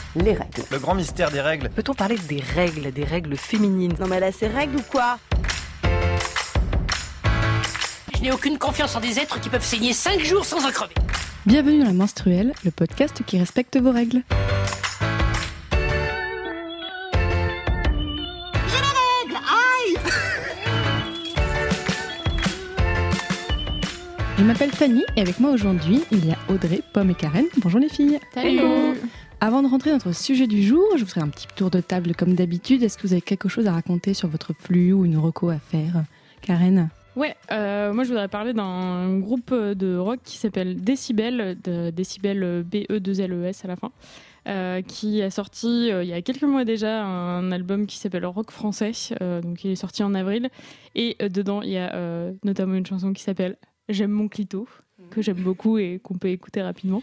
les règles. Le grand mystère des règles. Peut-on parler des règles féminines? Non mais là, c'est règles ou quoi? Je n'ai aucune confiance en des êtres qui peuvent saigner 5 jours sans en crever. Bienvenue dans La Menstruelle, le podcast qui respecte vos règles. Je m'appelle Fanny et avec moi aujourd'hui, il y a Audrey, Pomme et Karen. Bonjour les filles. Salut. Avant de rentrer dans notre sujet du jour, je vous ferai un petit tour de table comme d'habitude. Est-ce que vous avez quelque chose à raconter sur votre flux ou une reco à faire? Karen? Ouais, moi je voudrais parler d'un groupe de rock qui s'appelle Décibel, de Décibel B-E-2-L-E-S à la fin, qui a sorti il y a quelques mois déjà un album qui s'appelle Rock français, donc il est sorti en avril, et dedans il y a notamment une chanson qui s'appelle J'aime mon clito, que j'aime beaucoup et qu'on peut écouter rapidement.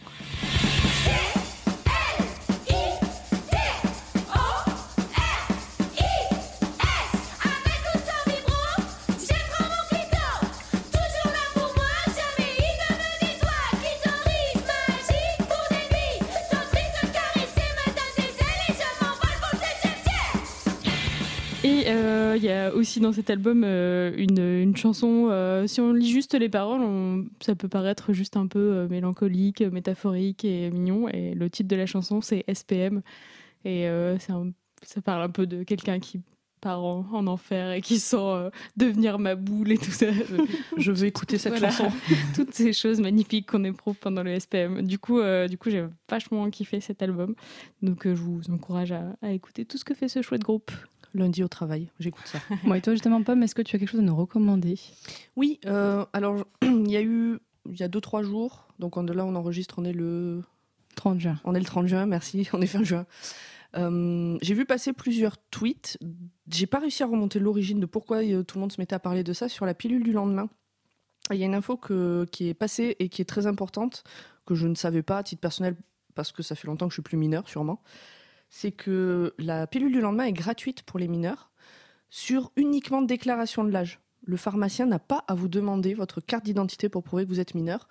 Et il y a aussi dans cet album une chanson, si on lit juste les paroles, ça peut paraître juste un peu mélancolique, métaphorique et mignon. Et le titre de la chanson, c'est SPM. Et ça parle un peu de quelqu'un qui part en enfer et qui sent devenir ma boule et tout ça. Je veux écouter cette chanson. Toutes ces choses magnifiques qu'on éprouve pendant le SPM. Du coup, j'ai vachement kiffé cet album. Donc, je vous encourage à écouter tout ce que fait ce chouette groupe. Lundi au travail, j'écoute ça. Moi et toi justement, Pomme, est-ce que tu as quelque chose à nous recommander? Oui, alors il y a 2-3 jours, donc là on enregistre, on est le 30 juin. On est le 30 juin, merci, on est fin juin. J'ai vu passer plusieurs tweets, j'ai pas réussi à remonter l'origine de pourquoi tout le monde se mettait à parler de ça sur la pilule du lendemain. Il y a une info qui est passée et qui est très importante, que je ne savais pas à titre personnel, parce que ça fait longtemps que je suis plus mineure sûrement. C'est que la pilule du lendemain est gratuite pour les mineurs sur uniquement déclaration de l'âge. Le pharmacien n'a pas à vous demander votre carte d'identité pour prouver que vous êtes mineur,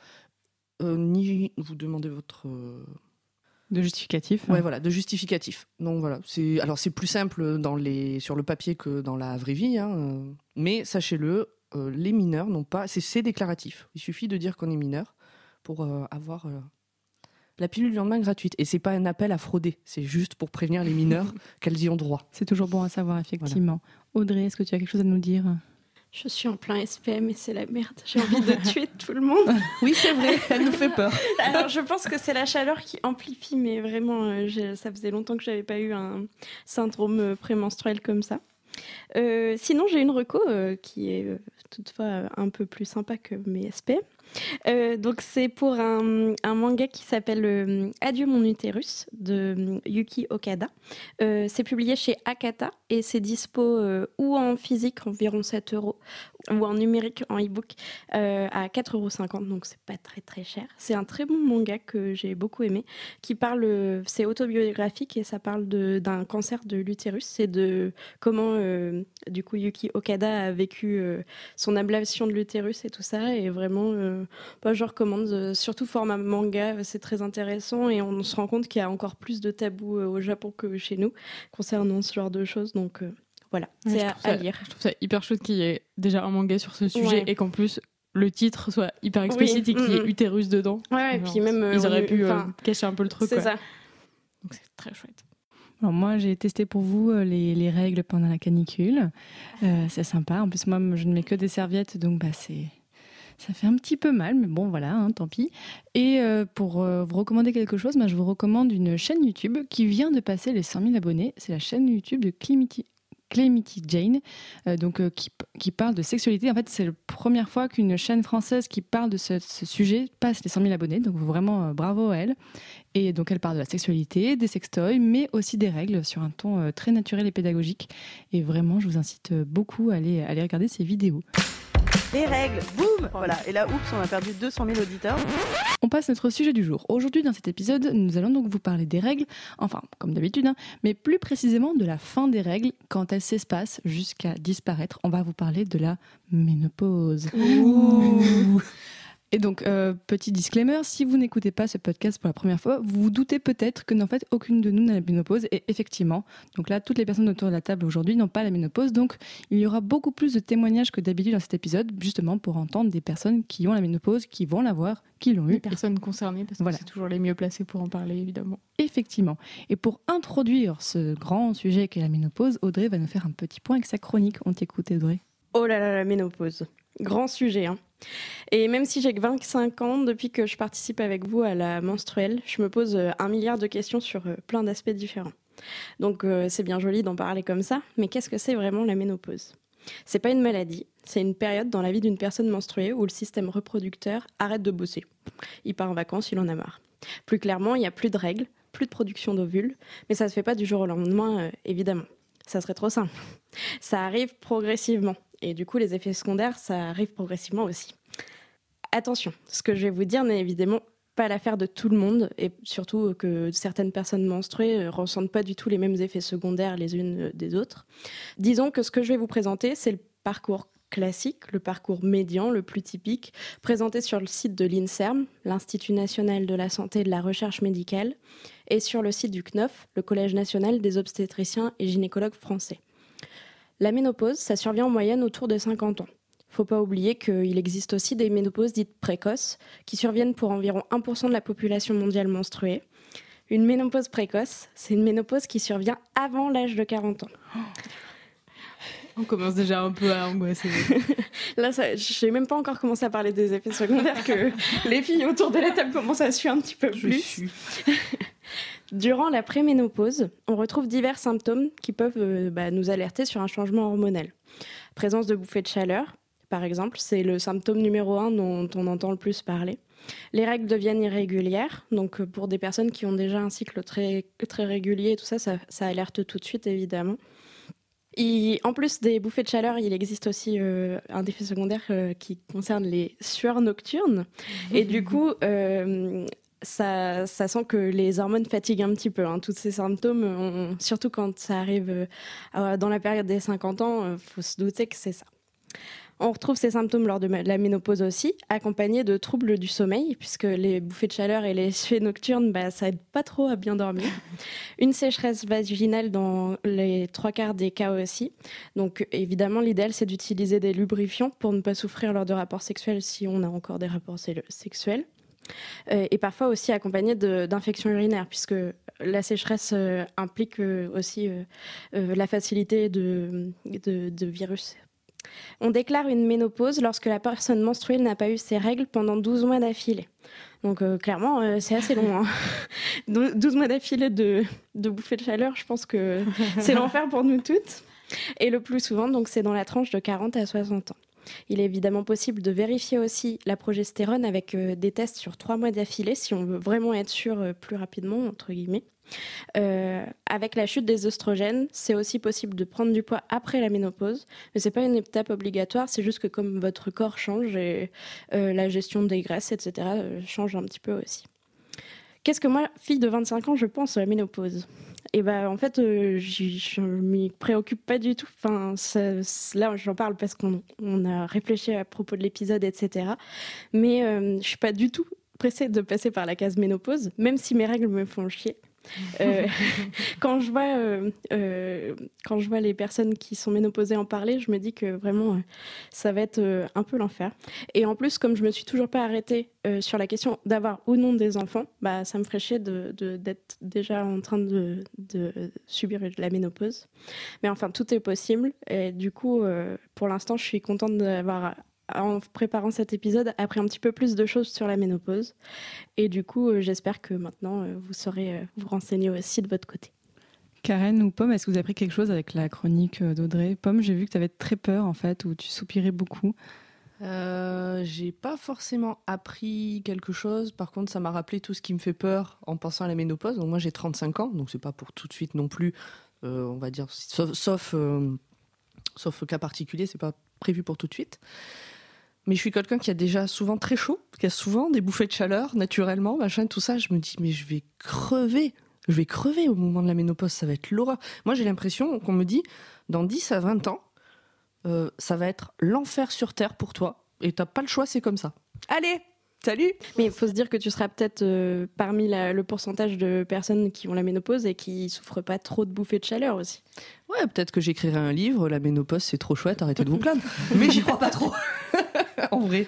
ni vous demander votre... De justificatif. Ouais, voilà, de justificatif. Donc voilà, c'est plus simple sur le papier que dans la vraie vie, mais sachez-le, les mineurs n'ont pas... C'est déclaratif. Il suffit de dire qu'on est mineur pour avoir... la pilule du lendemain gratuite. Et c'est pas un appel à frauder, c'est juste pour prévenir les mineurs qu'elles y ont droit. C'est toujours bon à savoir, effectivement. Voilà. Audrey, est-ce que tu as quelque chose à nous dire? Je suis en plein SPM et c'est la merde. J'ai envie de tuer tout le monde. Oui, c'est vrai, elle nous fait peur. Alors, je pense que c'est la chaleur qui amplifie, mais vraiment, ça faisait longtemps que j'avais pas eu un syndrome prémenstruel comme ça. Sinon, j'ai une reco qui est toutefois un peu plus sympa que mes SPM. Donc c'est pour un manga qui s'appelle Adieu mon utérus de Yuki Okada. C'est publié chez Akata et c'est dispo ou en physique environ 7€ ou en numérique en e-book à 4,50€, donc c'est pas très très cher. C'est un très bon manga que j'ai beaucoup aimé, qui parle, c'est autobiographique et ça parle d'un cancer de l'utérus. C'est de comment du coup Yuki Okada a vécu son ablation de l'utérus et tout ça, et vraiment je recommande, surtout format manga, c'est très intéressant et on se rend compte qu'il y a encore plus de tabous au Japon que chez nous concernant ce genre de choses, donc voilà, c'est à lire. Je trouve ça hyper chouette qu'il y ait déjà un manga sur ce sujet, et qu'en plus le titre soit hyper explicite et qu'il y ait utérus dedans. Ouais, et puis même ils auraient pu cacher un peu le truc. C'est ça. Donc c'est très chouette. Alors moi, j'ai testé pour vous les règles pendant la canicule. C'est sympa. En plus, moi, je ne mets que des serviettes, donc ça fait un petit peu mal, mais bon, voilà, tant pis. Et pour vous recommander quelque chose, je vous recommande une chaîne YouTube qui vient de passer les 100 000 abonnés. C'est la chaîne YouTube de Calamity Jane, qui parle de sexualité. En fait, c'est la première fois qu'une chaîne française qui parle de ce sujet passe les 100 000 abonnés, donc vraiment bravo à elle. Et donc elle parle de la sexualité, des sextoys, mais aussi des règles sur un ton très naturel et pédagogique. Et vraiment, je vous incite beaucoup à aller regarder ces vidéos. Les règles, boum, voilà. Et là, oups, on a perdu 200 000 auditeurs. On passe à notre sujet du jour. Aujourd'hui, dans cet épisode, nous allons donc vous parler des règles, enfin, comme d'habitude, mais plus précisément de la fin des règles, quand elles s'espacent jusqu'à disparaître. On va vous parler de la ménopause. Ouh. Et donc, petit disclaimer, si vous n'écoutez pas ce podcast pour la première fois, vous vous doutez peut-être que en fait, aucune de nous n'a la ménopause. Et effectivement, donc là, toutes les personnes autour de la table aujourd'hui n'ont pas la ménopause. Donc, il y aura beaucoup plus de témoignages que d'habitude dans cet épisode, justement pour entendre des personnes qui ont la ménopause, qui vont l'avoir, qui l'ont eu. Les personnes concernées, parce que c'est toujours les mieux placés pour en parler, évidemment. Effectivement. Et pour introduire ce grand sujet qu'est la ménopause, Audrey va nous faire un petit point avec sa chronique. On t'écoute, Audrey. Oh là là, la ménopause. Grand sujet, hein. Et même si j'ai que 25 ans, depuis que je participe avec vous à la menstruelle, je me pose 1 milliard de questions sur plein d'aspects différents. Donc c'est bien joli d'en parler comme ça, mais qu'est-ce que c'est vraiment la ménopause ? C'est pas une maladie, c'est une période dans la vie d'une personne menstruée où le système reproducteur arrête de bosser. Il part en vacances, il en a marre. Plus clairement, il n'y a plus de règles, plus de production d'ovules, mais ça se fait pas du jour au lendemain, évidemment. Ça serait trop simple. Ça arrive progressivement. Et du coup, les effets secondaires, ça arrive progressivement aussi. Attention, ce que je vais vous dire n'est évidemment pas l'affaire de tout le monde, et surtout que certaines personnes menstruées ressentent pas du tout les mêmes effets secondaires les unes des autres. Disons que ce que je vais vous présenter, c'est le parcours classique, le parcours médian, le plus typique, présenté sur le site de l'INSERM, l'Institut national de la santé et de la recherche médicale, et sur le site du CNOF, le Collège national des obstétriciens et gynécologues français. La ménopause, ça survient en moyenne autour de 50 ans. Faut pas oublier qu'il existe aussi des ménopauses dites précoces, qui surviennent pour environ 1% de la population mondiale menstruée. Une ménopause précoce, c'est une ménopause qui survient avant l'âge de 40 ans. On commence déjà un peu à angoisser. Là, je n'ai même pas encore commencé à parler des effets secondaires que les filles autour de la table commencent à suer un petit peu plus. Durant la préménopause, on retrouve divers symptômes qui peuvent nous alerter sur un changement hormonal. Présence de bouffées de chaleur, par exemple, c'est le symptôme numéro 1 dont on entend le plus parler. Les règles deviennent irrégulières, donc pour des personnes qui ont déjà un cycle très, très régulier, et tout ça, ça alerte tout de suite, évidemment. Et en plus des bouffées de chaleur, il existe aussi un effet secondaire qui concerne les sueurs nocturnes. Et du coup, ça sent que les hormones fatiguent un petit peu. Hein. Tous ces symptômes, surtout quand ça arrive dans la période des 50 ans, il faut se douter que c'est ça. On retrouve ces symptômes lors de la ménopause aussi, accompagnés de troubles du sommeil, puisque les bouffées de chaleur et les suées nocturnes, ça aide pas trop à bien dormir. Une sécheresse vaginale dans les 3/4 des cas aussi. Donc évidemment, l'idéal, c'est d'utiliser des lubrifiants pour ne pas souffrir lors de rapports sexuels si on a encore des rapports sexuels. Et parfois aussi accompagné d'infections urinaires, puisque la sécheresse implique aussi la facilité de virus. On déclare une ménopause lorsque la personne menstruelle n'a pas eu ses règles pendant 12 mois d'affilée. Donc clairement, c'est assez long. Hein. 12 mois d'affilée de bouffées de chaleur, je pense que c'est l'enfer pour nous toutes. Et le plus souvent, donc, c'est dans la tranche de 40 à 60 ans. Il est évidemment possible de vérifier aussi la progestérone avec des tests sur 3 mois d'affilée, si on veut vraiment être sûr plus rapidement, entre guillemets. Avec la chute des oestrogènes, c'est aussi possible de prendre du poids après la ménopause, mais c'est pas une étape obligatoire, c'est juste que comme votre corps change et la gestion des graisses, etc. change un petit peu aussi. Qu'est-ce que moi, fille de 25 ans, je pense à la ménopause ? Et en fait, je m'y préoccupe pas du tout. Enfin, là, j'en parle parce qu'on a réfléchi à propos de l'épisode, etc. Mais je suis pas du tout pressée de passer par la case ménopause, même si mes règles me font chier. Quand je vois les personnes qui sont ménopausées en parler, je me dis que vraiment ça va être un peu l'enfer. Et en plus, comme je me suis toujours pas arrêtée sur la question d'avoir ou non des enfants, ça me ferait chier d'être déjà en train de subir la ménopause. Mais enfin, tout est possible. Et du coup, pour l'instant, je suis contente d'avoir, en préparant cet épisode, appris un petit peu plus de choses sur la ménopause. Et du coup, j'espère que maintenant, vous saurez vous renseigner aussi de votre côté. Karen ou Pomme, est-ce que vous avez appris quelque chose avec la chronique d'Audrey ? Pomme, j'ai vu que tu avais très peur, en fait, ou tu soupirais beaucoup. J'ai pas forcément appris quelque chose. Par contre, ça m'a rappelé tout ce qui me fait peur en pensant à la ménopause. Donc moi, j'ai 35 ans, donc c'est pas pour tout de suite non plus, on va dire, sauf cas particulier, c'est pas prévu pour tout de suite. Mais je suis quelqu'un qui a déjà souvent très chaud, qui a souvent des bouffées de chaleur, naturellement, machin, tout ça. Je me dis, mais je vais crever au moment de la ménopause, ça va être l'horreur. Moi, j'ai l'impression qu'on me dit, dans 10 à 20 ans, ça va être l'enfer sur Terre pour toi, et t'as pas le choix, c'est comme ça. Allez, Salut. Mais il faut se dire que tu seras peut-être parmi le pourcentage de personnes qui ont la ménopause et qui souffrent pas trop de bouffées de chaleur aussi. Ouais, peut-être que j'écrirai un livre, la ménopause c'est trop chouette, arrêtez de vous plaindre. Mais j'y crois pas trop. En vrai.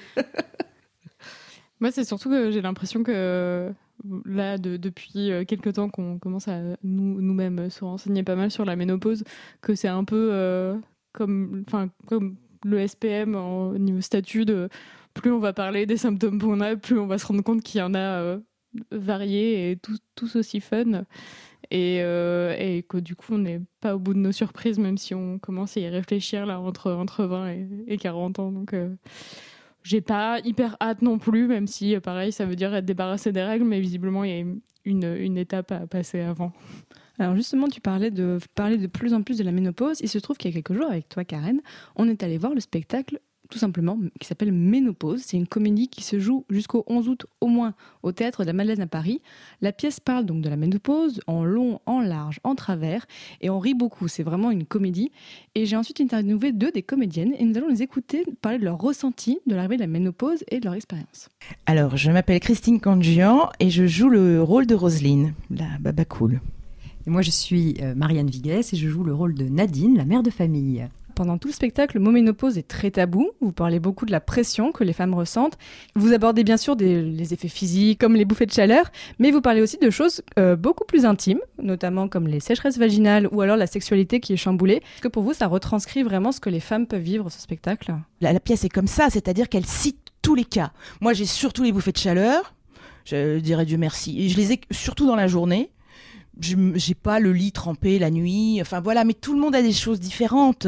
Moi, c'est surtout que j'ai l'impression que là, depuis quelques temps qu'on commence à nous-mêmes se renseigner pas mal sur la ménopause, que c'est un peu comme le SPM au niveau statut de plus on va parler des symptômes qu'on a, plus on va se rendre compte qu'il y en a variés et tous aussi fun. Et que du coup, on n'est pas au bout de nos surprises, même si on commence à y réfléchir là, entre 20 et 40 ans. Donc, j'ai pas hyper hâte non plus, même si, pareil, ça veut dire être débarrassé des règles, mais visiblement, il y a une étape à passer avant. Alors justement, tu parlais de parler de plus en plus de la ménopause. Il se trouve qu'il y a quelques jours, avec toi, Karen, on est allé voir le spectacle tout simplement, qui s'appelle Ménopause. C'est une comédie qui se joue jusqu'au 11 août au moins au Théâtre de la Madeleine à Paris. La pièce parle donc de la ménopause en long, en large, en travers, et on rit beaucoup. C'est vraiment une comédie. Et j'ai ensuite interviewé 2 des comédiennes et nous allons les écouter parler de leur ressenti de l'arrivée de la ménopause et de leur expérience. Alors, je m'appelle Christine Cangian et je joue le rôle de Roselyne, la baba cool. Et moi, je suis Marianne Viguès et je joue le rôle de Nadine, la mère de famille. Pendant tout le spectacle, le mot ménopause est très tabou. Vous parlez beaucoup de la pression que les femmes ressentent. Vous abordez bien sûr les effets physiques, comme les bouffées de chaleur, mais vous parlez aussi de choses beaucoup plus intimes, notamment comme les sécheresses vaginales ou alors la sexualité qui est chamboulée. Est-ce que pour vous, ça retranscrit vraiment ce que les femmes peuvent vivre, ce spectacle ? La pièce est comme ça, c'est-à-dire qu'elle cite tous les cas. Moi, j'ai surtout les bouffées de chaleur. Je dirais Dieu merci. Et je les ai surtout dans la journée. J'ai pas le lit trempé la nuit, enfin voilà, mais tout le monde a des choses différentes.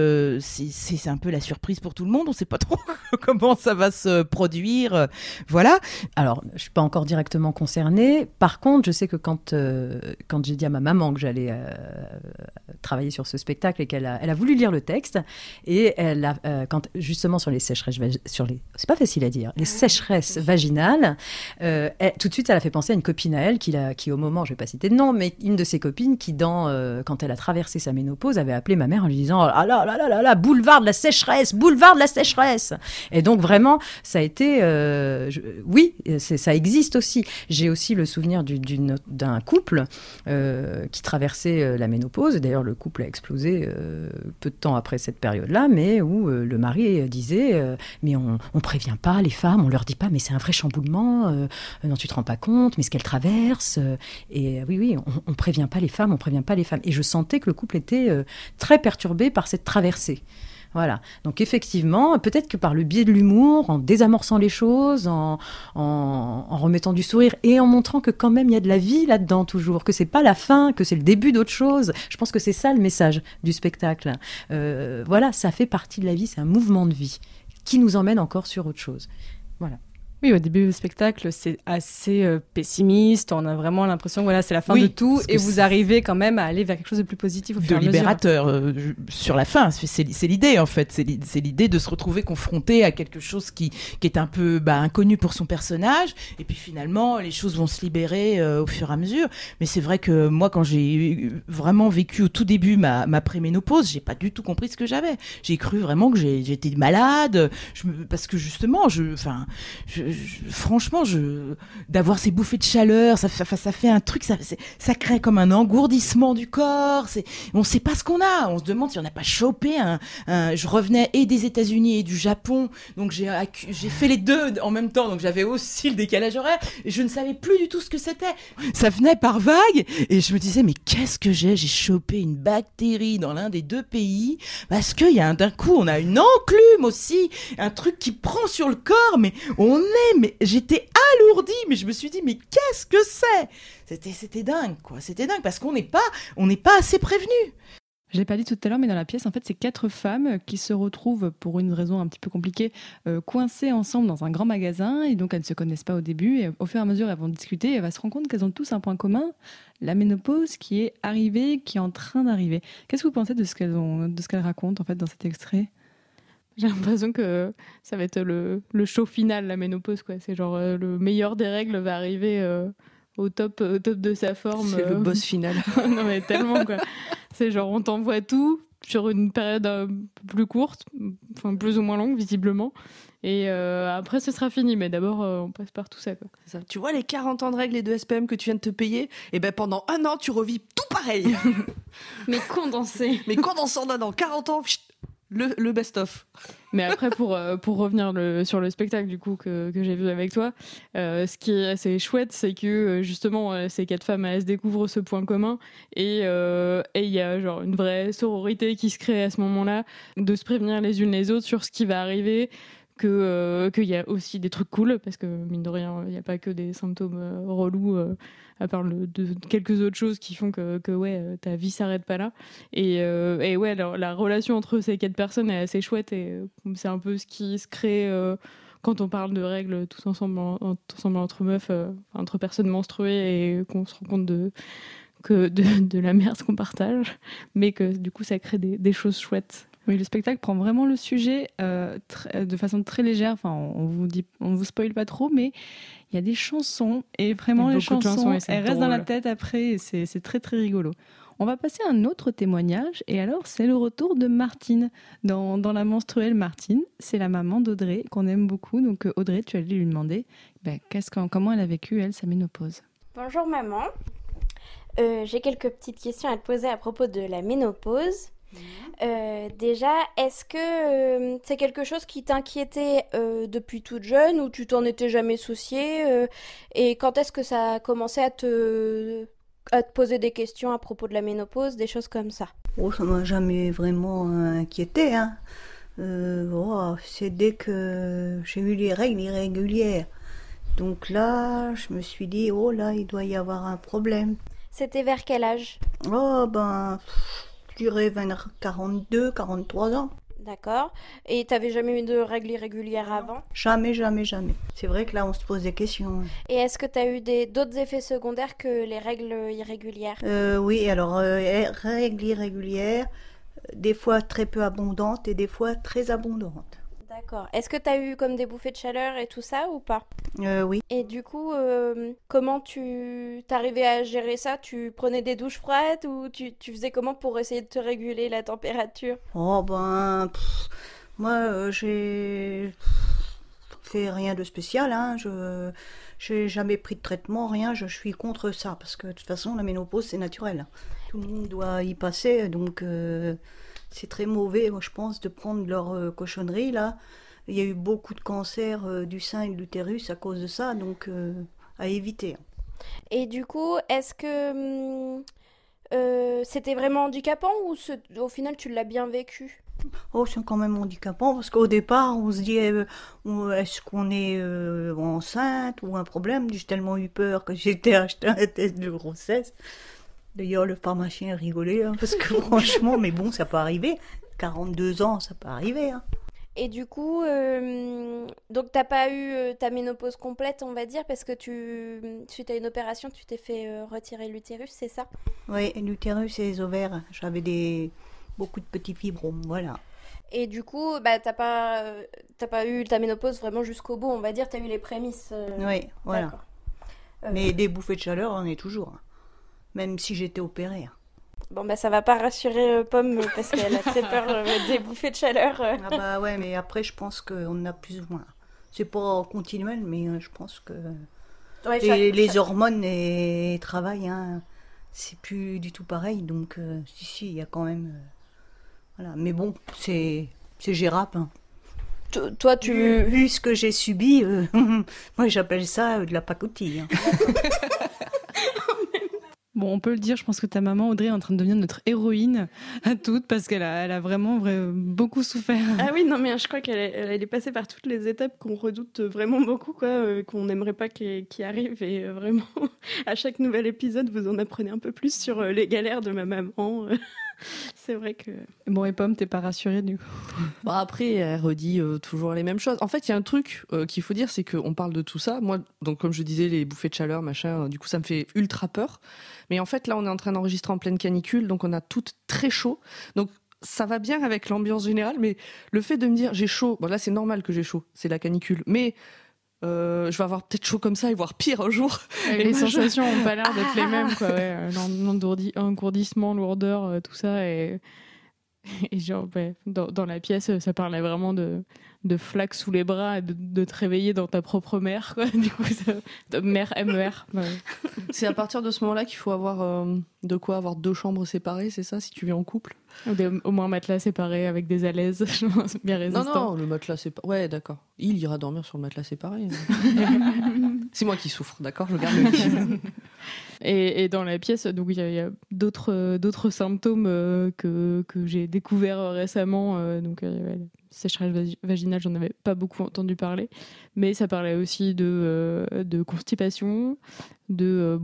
C'est un peu la surprise pour tout le monde, on sait pas trop comment ça va se produire, voilà. Alors, je suis pas encore directement concernée. Par contre, je sais que quand j'ai dit à ma maman que j'allais travailler sur ce spectacle et qu'elle a voulu lire le texte, et elle a, quand justement sur les sécheresses, c'est pas facile à dire, les sécheresses vaginales, tout de suite, elle a fait penser à une copine à elle qui au moment, je vais pas citer de nom, mais une de ses copines qui, quand elle a traversé sa ménopause, avait appelé ma mère en lui disant « Ah là là là là, boulevard de la sécheresse, boulevard de la sécheresse !» Et donc vraiment, ça a été... oui, ça existe aussi. J'ai aussi le souvenir d'un couple qui traversait la ménopause. D'ailleurs, le couple a explosé peu de temps après cette période-là, mais où le mari disait mais on prévient pas les femmes, on leur dit pas « Mais c'est un vrai chamboulement, non, tu te rends pas compte, mais ce qu'elles traversent. » Et oui, on prévient pas les femmes, on prévient pas les femmes. Et je sentais que le couple était très perturbé par cette traversée. Voilà. Donc effectivement, peut-être que par le biais de l'humour, en désamorçant les choses, en remettant du sourire et en montrant que quand même il y a de la vie là-dedans toujours, que c'est pas la fin, que c'est le début d'autre chose. Je pense que c'est ça le message du spectacle. Voilà, ça fait partie de la vie, c'est un mouvement de vie qui nous emmène encore sur autre chose. Voilà. Oui, au début du spectacle, c'est assez pessimiste. On a vraiment l'impression que voilà, c'est la fin de tout. Et vous arrivez quand même à aller vers quelque chose de plus positif au fur et à mesure. De libérateur sur la fin. C'est l'idée, en fait. C'est l'idée de se retrouver confronté à quelque chose qui est un peu inconnu pour son personnage. Et puis finalement, les choses vont se libérer au fur et à mesure. Mais c'est vrai que moi, quand j'ai vraiment vécu au tout début ma préménopause, j'ai pas du tout compris ce que j'avais. J'ai cru vraiment que j'étais malade. Parce que justement, franchement, d'avoir ces bouffées de chaleur, ça fait un truc, ça crée comme un engourdissement du corps. On ne sait pas ce qu'on a. On se demande si on n'a pas chopé je revenais et des États-Unis et du Japon, donc j'ai fait les deux en même temps, donc j'avais aussi le décalage horaire. Et je ne savais plus du tout ce que c'était. Ça venait par vagues et je me disais mais qu'est-ce que j'ai chopé une bactérie dans l'un des deux pays parce que d'un coup on a une enclume aussi, un truc qui prend sur le corps, mais mais j'étais alourdie, mais je me suis dit mais qu'est-ce que c'est ? C'était dingue quoi, c'était dingue parce qu'on n'est pas assez prévenus. Je l'ai pas dit tout à l'heure, mais dans la pièce, en fait, c'est 4 femmes qui se retrouvent, pour une raison un petit peu compliquée, coincées ensemble dans un grand magasin, et donc elles ne se connaissent pas au début, et au fur et à mesure, elles vont discuter, et elles vont se rendre compte qu'elles ont tous un point commun, la ménopause qui est arrivée, qui est en train d'arriver. Qu'est-ce que vous pensez de ce qu'elles racontent, en fait, dans cet extrait ? J'ai l'impression que ça va être le show final, la ménopause, quoi. C'est genre le meilleur des règles va arriver au top de sa forme. C'est le boss final. Non mais tellement, quoi. C'est genre on t'envoie tout, sur une période un peu plus courte, enfin plus ou moins longue visiblement. Et après, ce sera fini. Mais d'abord, on passe par tout ça, quoi. C'est ça. Tu vois les 40 ans de règles et de SPM que tu viens de te payer, et ben pendant 1 an, tu revis tout pareil. Mais condensé. Mais condensé en 1 an, 40 ans, le best-of. Mais après, pour revenir sur le spectacle du coup que j'ai vu avec toi, ce qui est assez chouette, c'est que justement ces 4 femmes, elles se découvrent ce point commun et il y a genre une vraie sororité qui se crée à ce moment-là, de se prévenir les unes les autres sur ce qui va arriver. Qu'il y a aussi des trucs cool, parce que mine de rien, il n'y a pas que des symptômes relous, à part de quelques autres choses qui font que ouais, ta vie s'arrête pas là. Et ouais, la relation entre ces 4 personnes est assez chouette, et c'est un peu ce qui se crée quand on parle de règles tous ensemble entre meufs, entre personnes menstruées, et qu'on se rend compte de la merde qu'on partage, mais que du coup ça crée des choses chouettes. Oui, le spectacle prend vraiment le sujet de façon très légère. Enfin, on vous spoile pas trop, mais il y a des chansons, et vraiment les chansons, elles restent dans la tête après, et c'est très très rigolo. On va passer à un autre témoignage, et alors c'est le retour de Martine dans la menstruelle. Martine, c'est la maman d'Audrey qu'on aime beaucoup. Donc Audrey, tu allais lui demander comment elle a vécu elle sa ménopause. Bonjour maman, j'ai quelques petites questions à te poser à propos de la ménopause. Déjà, est-ce que c'est quelque chose qui t'inquiétait depuis toute jeune, ou tu t'en étais jamais souciée, et quand est-ce que ça a commencé à te poser des questions à propos de la ménopause, des choses comme ça? Oh, ça m'a jamais vraiment inquiété, hein. C'est dès que j'ai eu les règles irrégulières. Donc là, je me suis dit, oh là, il doit y avoir un problème. C'était vers quel âge? Oh, je dirais 42, 43 ans. D'accord. Et t'avais jamais eu de règles irrégulières avant? Jamais, jamais, jamais. C'est vrai que là, on se pose des questions. Et est-ce que t'as eu d'autres effets secondaires que les règles irrégulières? Oui, alors, règles irrégulières, des fois très peu abondantes et des fois très abondantes. D'accord. Est-ce que t'as eu comme des bouffées de chaleur et tout ça, ou pas? Oui. Et du coup, comment tu t'arrivais à gérer ça? Tu prenais des douches froides, ou tu faisais comment pour essayer de te réguler la température? Oh moi j'ai fait rien de spécial, hein. J'ai jamais pris de traitement, rien. Je suis contre ça parce que de toute façon la ménopause c'est naturel. Tout le monde doit y passer, donc c'est très mauvais, moi je pense, de prendre leur cochonnerie là. Il y a eu beaucoup de cancers du sein et de l'utérus à cause de ça, donc à éviter. Et du coup, est-ce que c'était vraiment handicapant, ou au final tu l'as bien vécu? Oh, c'est quand même handicapant parce qu'au départ on se dit est-ce qu'on est enceinte ou un problème. J'ai tellement eu peur que j'ai acheté un test de grossesse. D'ailleurs le pharmacien rigolait parce que franchement, mais bon, ça peut arriver. 42 ans, ça peut arriver. Et du coup, donc t'as pas eu ta ménopause complète, on va dire, parce que suite à une opération, tu t'es fait retirer l'utérus, c'est ça? Oui, l'utérus et les ovaires. J'avais beaucoup de petits fibromes, voilà. Et du coup, t'as pas eu ta ménopause vraiment jusqu'au bout, on va dire, t'as eu les prémices. Oui, voilà. D'accord. Mais des bouffées de chaleur, on en est toujours. Même si j'étais opérée. Bon, ça va pas rassurer Pomme, parce qu'elle a très peur des bouffées de chaleur. Ah ouais, mais après, je pense qu'on en a plus ou moins. C'est pas continuel, mais je pense que les hormones travaillent, hein. C'est plus du tout pareil, donc si, il y a quand même... voilà. Mais bon, c'est gérable. Hein. Toi, vu ce que j'ai subi, moi j'appelle ça de la pacotille. Hein. Bon, on peut le dire, je pense que ta maman Audrey est en train de devenir notre héroïne à toutes, parce qu'elle a vraiment beaucoup souffert. Ah oui, non, mais je crois qu'elle est passée par toutes les étapes qu'on redoute vraiment beaucoup, quoi, qu'on n'aimerait pas qui arrivent. Et vraiment, à chaque nouvel épisode, vous en apprenez un peu plus sur les galères de ma maman. C'est vrai que... Bon, et Pomme, t'es pas rassurée du coup? Après, elle redit toujours les mêmes choses. En fait, il y a un truc qu'il faut dire, c'est qu'on parle de tout ça. Moi, donc comme je disais, les bouffées de chaleur, machin, du coup, ça me fait ultra peur. Mais en fait, là, on est en train d'enregistrer en pleine canicule, donc on a toutes très chaud. Donc ça va bien avec l'ambiance générale, mais le fait de me dire j'ai chaud, bon là c'est normal que j'ai chaud, c'est la canicule, mais je vais avoir peut-être chaud comme ça et voire pire un jour. Et les sensations n'ont pas l'air d'être les mêmes, quoi. Ouais. L'engourdissement, lourdeur, tout ça. Et Et genre, dans la pièce, ça parlait vraiment de flaques sous les bras et de te réveiller dans ta propre mère, quoi. Du coup, mère MER. Ouais. C'est à partir de ce moment-là qu'il faut avoir de quoi avoir 2 chambres séparées, c'est ça, si tu vis en couple? Au moins un matelas séparé avec des alaises, bien résistant. Non, le matelas séparé. Ouais, d'accord. Il ira dormir sur le matelas séparé. C'est moi qui souffre, d'accord, je garde le lit. Et dans la pièce, donc il y a d'autres symptômes que j'ai découverts récemment. Donc sécheresse vaginale, j'en avais pas beaucoup entendu parler, mais ça parlait aussi de constipation, de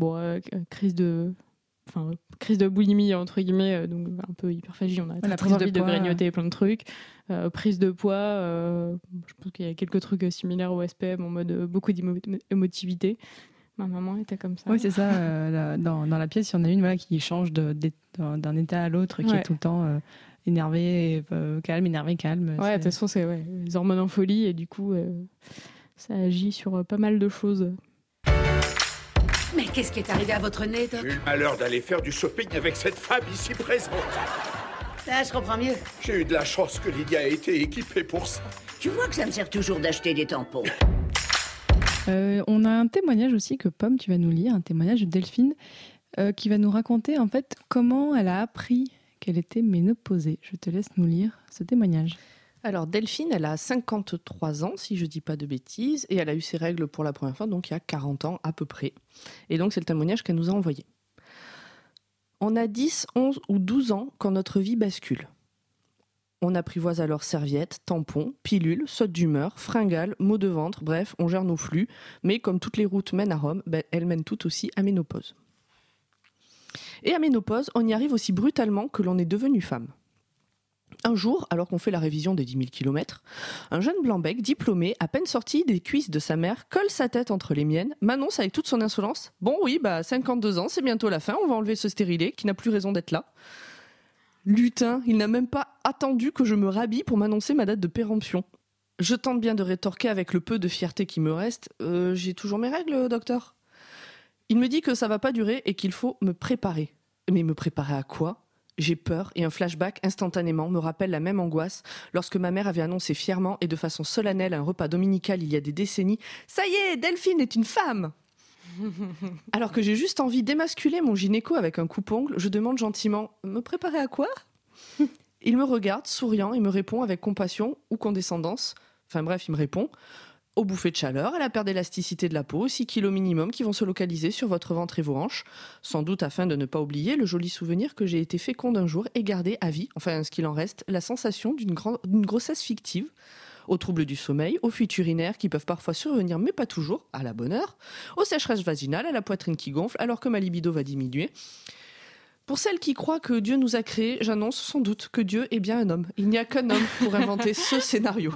crise de boulimie entre guillemets, donc un peu hyperphagie, on a très envie de grignoter plein de trucs, prise de poids, je pense qu'il y a quelques trucs similaires au SPM en mode beaucoup d'émotivité. Ma maman était comme ça. Oui, c'est ça. Dans la pièce, il y en a une qui change d'un état à l'autre, qui est tout le temps énervée, calme, énervée, calme. Ouais, de toute façon, c'est les hormones en folie et du coup, ça agit sur pas mal de choses. Mais qu'est-ce qui est arrivé à votre nez, Doc? J'ai eu le malheur d'aller faire du shopping avec cette femme ici présente. Ah, je comprends mieux. J'ai eu de la chance que Lydia ait été équipée pour ça. Tu vois que ça me sert toujours d'acheter des tampons. On a un témoignage aussi que Pomme, tu vas nous lire, un témoignage de Delphine qui va nous raconter en fait comment elle a appris qu'elle était ménopausée. Je te laisse nous lire ce témoignage. Alors Delphine, elle a 53 ans, si je dis pas de bêtises, et elle a eu ses règles pour la première fois, donc il y a 40 ans à peu près. Et donc c'est le témoignage qu'elle nous a envoyé. On a 10, 11 ou 12 ans quand notre vie bascule. On apprivoise alors serviettes, tampons, pilules, sautes d'humeur, fringales, maux de ventre, bref, on gère nos flux, mais comme toutes les routes mènent à Rome, elles mènent toutes aussi à ménopause. Et à ménopause, on y arrive aussi brutalement que l'on est devenu femme. Un jour, alors qu'on fait la révision des 10 000 km, un jeune blanc-bec, diplômé, à peine sorti des cuisses de sa mère, colle sa tête entre les miennes, m'annonce avec toute son insolence « Bon oui, 52 ans, c'est bientôt la fin, on va enlever ce stérilet qui n'a plus raison d'être là. » Lutin, il n'a même pas attendu que je me rhabille pour m'annoncer ma date de péremption. Je tente bien de rétorquer avec le peu de fierté qui me reste « J'ai toujours mes règles, docteur ?» Il me dit que ça va pas durer et qu'il faut me préparer. Mais me préparer à quoi ? J'ai peur et un flashback instantanément me rappelle la même angoisse lorsque ma mère avait annoncé fièrement et de façon solennelle à un repas dominical il y a des décennies « Ça y est, Delphine est une femme !» Alors que j'ai juste envie d'émasculer mon gynéco avec un coupe-ongle, je demande gentiment « Me préparer à quoi ?» Il me regarde, souriant, et me répond avec compassion ou condescendance. Enfin bref, il me répond « Aux bouffées de chaleur, à la perte d'élasticité de la peau, 6 kilos minimum qui vont se localiser sur votre ventre et vos hanches, sans doute afin de ne pas oublier le joli souvenir que j'ai été féconde un jour et garder à vie, enfin ce qu'il en reste, la sensation d'une grossesse fictive, aux troubles du sommeil, aux fuites urinaires qui peuvent parfois survenir, mais pas toujours, à la bonne heure, aux sécheresses vaginales, à la poitrine qui gonfle alors que ma libido va diminuer. Pour celles qui croient que Dieu nous a créés, j'annonce sans doute que Dieu est bien un homme. Il n'y a qu'un homme pour inventer ce scénario.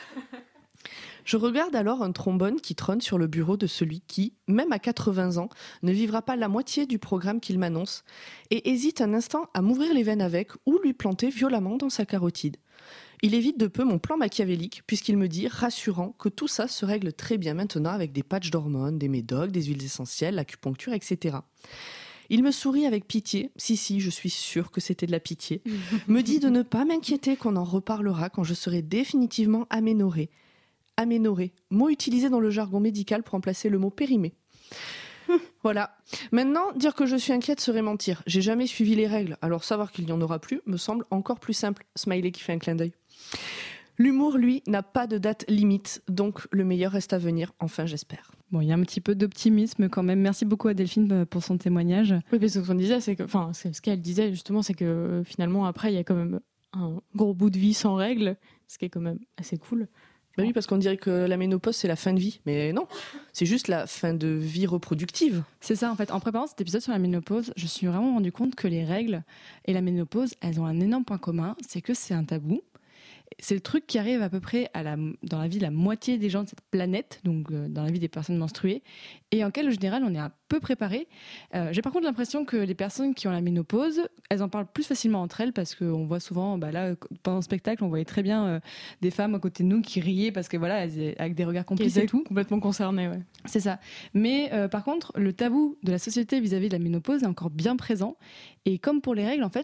Je regarde alors un trombone qui trône sur le bureau de celui qui, même à 80 ans, ne vivra pas la moitié du programme qu'il m'annonce et hésite un instant à m'ouvrir les veines avec ou lui planter violemment dans sa carotide. Il évite de peu mon plan machiavélique puisqu'il me dit, rassurant, que tout ça se règle très bien maintenant avec des patchs d'hormones, des médocs, des huiles essentielles, l'acupuncture, etc. Il me sourit avec pitié, si, je suis sûre que c'était de la pitié, me dit de ne pas m'inquiéter qu'on en reparlera quand je serai définitivement aménorée. Aménorée, mot utilisé dans le jargon médical pour remplacer le mot périmé. Voilà. Maintenant, dire que je suis inquiète serait mentir. J'ai jamais suivi les règles, alors savoir qu'il n'y en aura plus me semble encore plus simple. Smiley qui fait un clin d'œil. L'humour, lui, n'a pas de date limite, donc le meilleur reste à venir, enfin j'espère. Bon, il y a un petit peu d'optimisme quand même. Merci beaucoup à Delphine pour son témoignage. Oui, parce que ce qu'on disait, c'est ce qu'elle disait justement, c'est que finalement après, il y a quand même un gros bout de vie sans règles, ce qui est quand même assez cool. Bah oui, parce qu'on dirait que la ménopause, c'est la fin de vie. Mais non, c'est juste la fin de vie reproductive. C'est ça, en fait. En préparant cet épisode sur la ménopause, je me suis vraiment rendu compte que les règles et la ménopause, elles ont un énorme point commun, c'est que c'est un tabou. C'est le truc qui arrive à peu près dans la vie de la moitié des gens de cette planète, donc dans la vie des personnes menstruées, et en quel, en général, on est un peu préparé. J'ai par contre l'impression que les personnes qui ont la ménopause, elles en parlent plus facilement entre elles, parce qu'on voit souvent, là, pendant le spectacle, on voyait très bien des femmes à côté de nous qui riaient, parce que voilà, avec des regards complices et tout. Complètement concernées, ouais. C'est ça. Mais par contre, le tabou de la société vis-à-vis de la ménopause est encore bien présent, et comme pour les règles, en fait,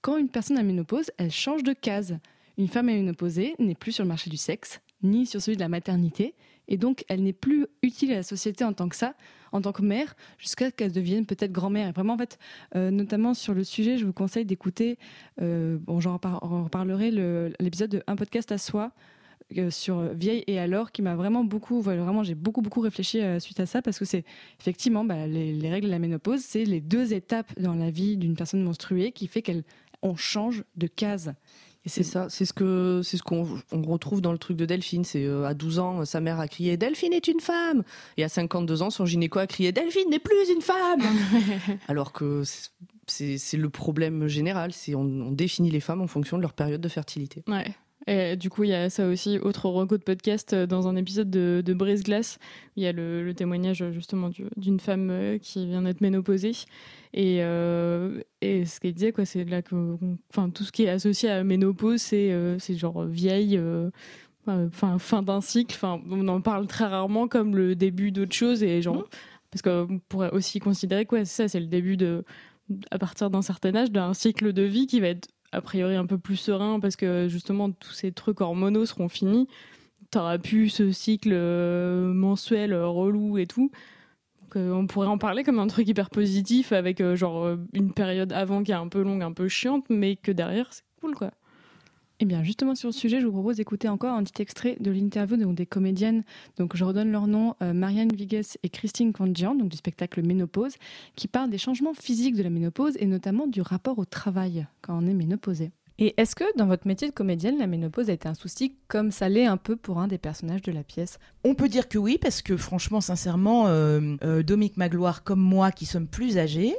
quand une personne a ménopause, elle change de case. Une femme ménopausée n'est plus sur le marché du sexe, ni sur celui de la maternité, et donc elle n'est plus utile à la société en tant que ça, en tant que mère, jusqu'à ce qu'elle devienne peut-être grand-mère. Et vraiment, en fait, notamment sur le sujet, je vous conseille d'écouter, j'en reparlerai, l'épisode de Un podcast à soi, sur Vieille et alors, qui m'a vraiment j'ai beaucoup réfléchi suite à ça, parce que c'est effectivement les règles de la ménopause, c'est les 2 étapes dans la vie d'une personne menstruée qui fait qu'on change de case. Et c'est ça, c'est ce qu'on retrouve dans le truc de Delphine. C'est à 12 ans, sa mère a crié « Delphine est une femme !» Et à 52 ans, son gynéco a crié « Delphine n'est plus une femme !» Alors que c'est le problème général, c'est on définit les femmes en fonction de leur période de fertilité. Ouais. Et du coup, il y a ça aussi, autre reco de podcast, dans un épisode de Brise-Glace, il y a le témoignage justement d'une femme qui vient d'être ménopausée. Et ce qu'elle disait, quoi, c'est là que tout ce qui est associé à la ménopause, c'est genre vieille, fin d'un cycle. On en parle très rarement comme le début d'autre chose. Et genre, parce qu'on pourrait aussi considérer que c'est le début à partir d'un certain âge, d'un cycle de vie qui va être a priori un peu plus serein, parce que justement tous ces trucs hormonaux seront finis. T'auras plus ce cycle mensuel relou et tout. Donc, on pourrait en parler comme un truc hyper positif, avec une période avant qui est un peu longue, un peu chiante, mais que derrière c'est cool, quoi. Eh bien, justement sur le sujet, je vous propose d'écouter encore un petit extrait de l'interview des comédiennes. Donc, je redonne leur nom, Marianne Vigues et Christine Candian, donc du spectacle Ménopause, qui parlent des changements physiques de la ménopause et notamment du rapport au travail quand on est ménopausé. Et est-ce que dans votre métier de comédienne, la ménopause a été un souci, comme ça l'est un peu pour un des personnages de la pièce ? On peut dire que oui, parce que franchement, sincèrement, Dominique Magloire comme moi, qui sommes plus âgés,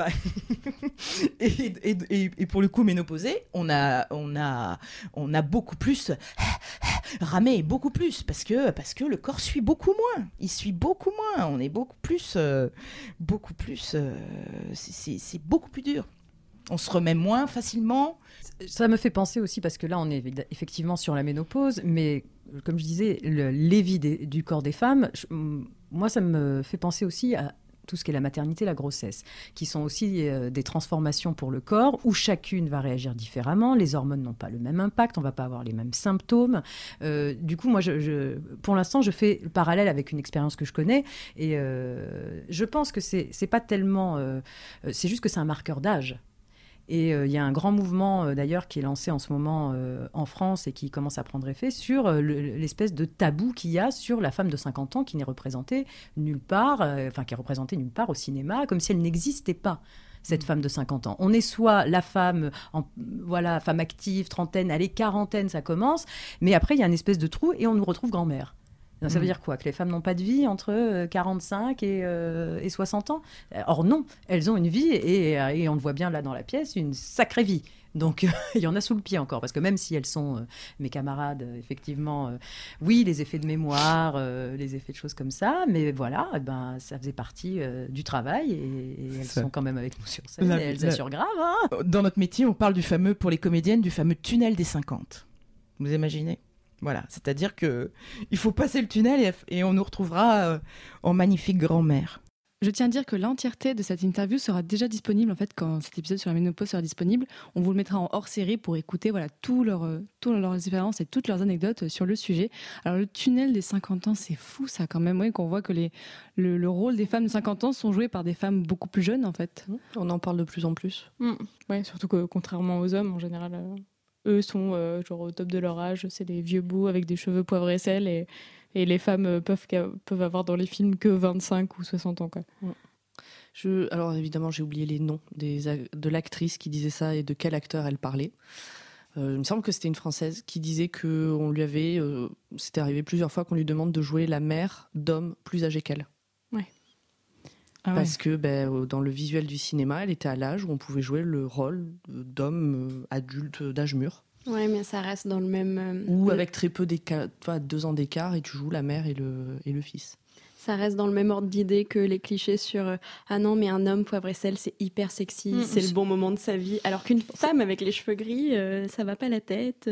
et pour le coup ménopausés, on a beaucoup plus ramé, beaucoup plus, parce que le corps suit beaucoup moins. Il suit beaucoup moins. On est beaucoup plus, c'est beaucoup plus dur. On se remet moins facilement. Ça me fait penser aussi, parce que là, on est effectivement sur la ménopause, mais comme je disais, l'évi du corps des femmes, moi, ça me fait penser aussi à tout ce qui est la maternité, la grossesse, qui sont aussi des transformations pour le corps, où chacune va réagir différemment. Les hormones n'ont pas le même impact, on ne va pas avoir les mêmes symptômes. Du coup, moi, pour l'instant, je fais le parallèle avec une expérience que je connais, et je pense que c'est pas tellement... c'est juste que c'est un marqueur d'âge. Et il y a un grand mouvement d'ailleurs qui est lancé en ce moment en France et qui commence à prendre effet sur l'espèce de tabou qu'il y a sur la femme de 50 ans qui n'est représentée nulle part, qui est représentée nulle part au cinéma, comme si elle n'existait pas, cette femme de 50 ans. On est soit la femme, femme active, trentaine, allez, quarantaine, ça commence, mais après il y a une espèce de trou et on nous retrouve grand-mère. Ça veut dire quoi ? Que les femmes n'ont pas de vie entre 45 et 60 ans ? Or non, elles ont une vie et on le voit bien là dans la pièce, une sacrée vie. Donc il y en a sous le pied encore, parce que même si elles sont mes camarades, effectivement, oui, les effets de mémoire, les effets de choses comme ça, mais voilà, ça faisait partie du travail et elles sont quand même avec nous sur scène et elles assurent grave. Hein. Dans notre métier, on parle pour les comédiennes, du fameux tunnel des 50. Vous imaginez ? Voilà, c'est-à-dire qu'il faut passer le tunnel et on nous retrouvera en magnifique grand-mère. Je tiens à dire que l'entièreté de cette interview sera déjà disponible, en fait, quand cet épisode sur la ménopause sera disponible. On vous le mettra en hors-série pour écouter toutes leurs expériences et toutes leurs anecdotes sur le sujet. Alors, le tunnel des 50 ans, c'est fou, ça, quand même, qu'on voit que le rôle des femmes de 50 ans sont joués par des femmes beaucoup plus jeunes, en fait. On en parle de plus en plus. Ouais, surtout que, contrairement aux hommes, en général... eux sont au top de leur âge, c'est des vieux bouts avec des cheveux poivre et sel, et les femmes peuvent avoir dans les films que 25 ou 60 ans, quoi. Alors évidemment, j'ai oublié les noms de l'actrice qui disait ça et de quel acteur elle parlait. Il me semble que c'était une Française qui disait que c'était arrivé plusieurs fois qu'on lui demande de jouer la mère d'hommes plus âgés qu'elle. Ouais. Parce que dans le visuel du cinéma, elle était à l'âge où on pouvait jouer le rôle d'homme adulte d'âge mûr. Ouais, mais ça reste dans le même... Ou avec très peu d'écart, 2 ans d'écart, et tu joues la mère et le fils. Ça reste dans le même ordre d'idée que les clichés sur ah non, mais un homme poivre et sel, c'est hyper sexy, c'est le bon moment de sa vie. Alors qu'une femme avec les cheveux gris, ça va pas la tête,